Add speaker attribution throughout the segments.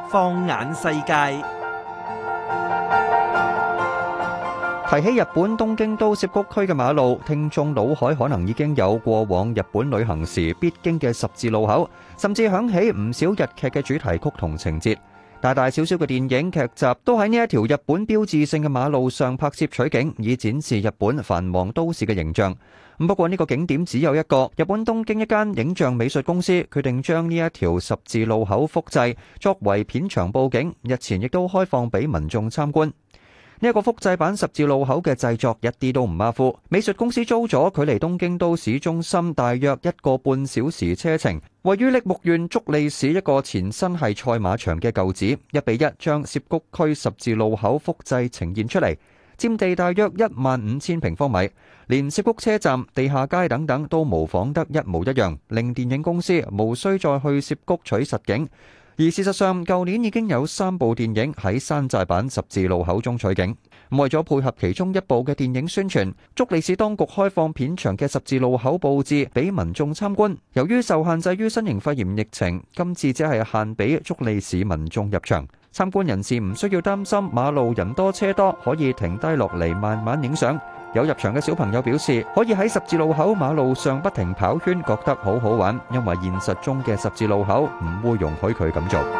Speaker 1: 放眼世界，
Speaker 2: 提起日本東京都涉谷區嘅馬路，聽眾腦海可能已經有過往日本旅行時必經嘅十字路口，甚至響起唔少日劇嘅主題曲同情節。大大小小嘅電影劇集都喺呢一條日本標誌性嘅馬路上拍攝取景，以展示日本繁忙都市嘅形象。不過呢個景點只有一個，日本東京一間影像美術公司決定將呢一條十字路口複製，作為片場佈景，日前亦都開放俾民眾參觀。呢一個複製版十字路口嘅製作一啲都唔馬虎，美術公司租咗距離東京都市中心大約1個半小時車程，位於栃木縣足利市一個前身係賽馬場嘅舊址，1比1將涉谷區十字路口複製呈現出嚟，佔地大約15000平方米，連涉谷車站、地下街等等都模仿得一模一樣，令電影公司無需再去涉谷取實景。而事實上，舊年已經有3部電影喺山寨版十字路口中取景。為咗配合其中一部嘅電影宣傳，足利市當局開放片場嘅十字路口佈置俾民眾參觀。由於受限制於新型肺炎疫情，今次只係限俾足利市民眾入場。參觀人士唔需要擔心馬路人多車多，可以停低落嚟慢慢影相。有入場嘅小朋友表示，可以喺十字路口馬路上不停跑圈，覺得好好玩，因為現實中嘅十字路口唔會容許佢咁做。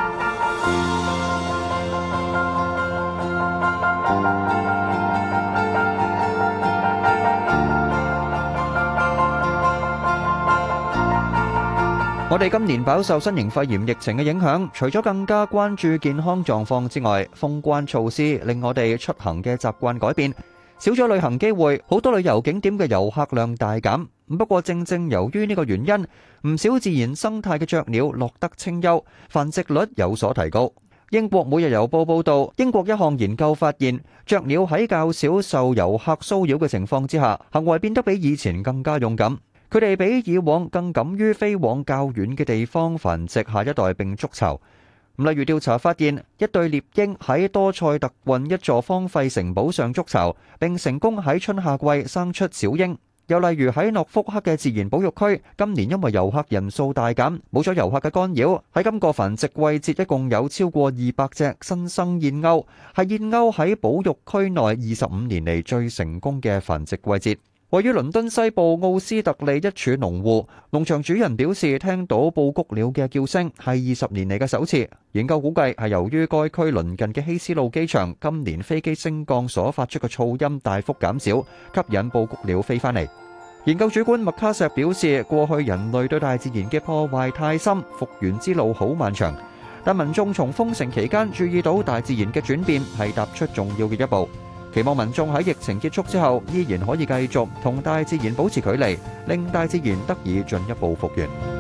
Speaker 2: 我哋今年飽受新型肺炎疫情嘅影響，除咗更加關注健康狀況之外，封關措施令我哋出行嘅習慣改變，少咗旅行機會，好多旅遊景點嘅遊客量大減。不過正正由於呢個原因，唔少自然生態嘅雀鳥落得清幽，繁殖率有所提高。英國每日郵報報導，英國一項研究發現，雀鳥喺較少受遊客騷擾嘅情況之下，行為變得比以前更加勇敢。佢哋比以往更敢於飛往較遠嘅地方繁殖下一代並築巢。例如調查發現，一對獵鷹喺多塞特郡一座荒廢城堡上築巢，並成功喺春夏季生出小鷹。又例如喺諾福克嘅自然保育區，今年因為遊客人數大減，冇咗遊客嘅干擾，喺今個繁殖季節一共有超過200隻新生燕鷗，係燕鷗喺保育區內25年嚟最成功嘅繁殖季節。位於倫敦西部奧斯特利一處農戶，農場主人表示聽到布谷鳥嘅叫聲係20年嚟嘅首次。研究估計係由於該區鄰近嘅希斯路機場今年飛機升降所發出嘅噪音大幅減少，吸引布谷鳥飛返嚟。研究主管麥卡錫表示，過去人類對大自然嘅破壞太深，復原之路好漫長。但民眾從封城期間注意到大自然嘅轉變係踏出重要嘅一步。期望民眾喺疫情結束之後，依然可以繼續同大自然保持距離，令大自然得以進一步復原。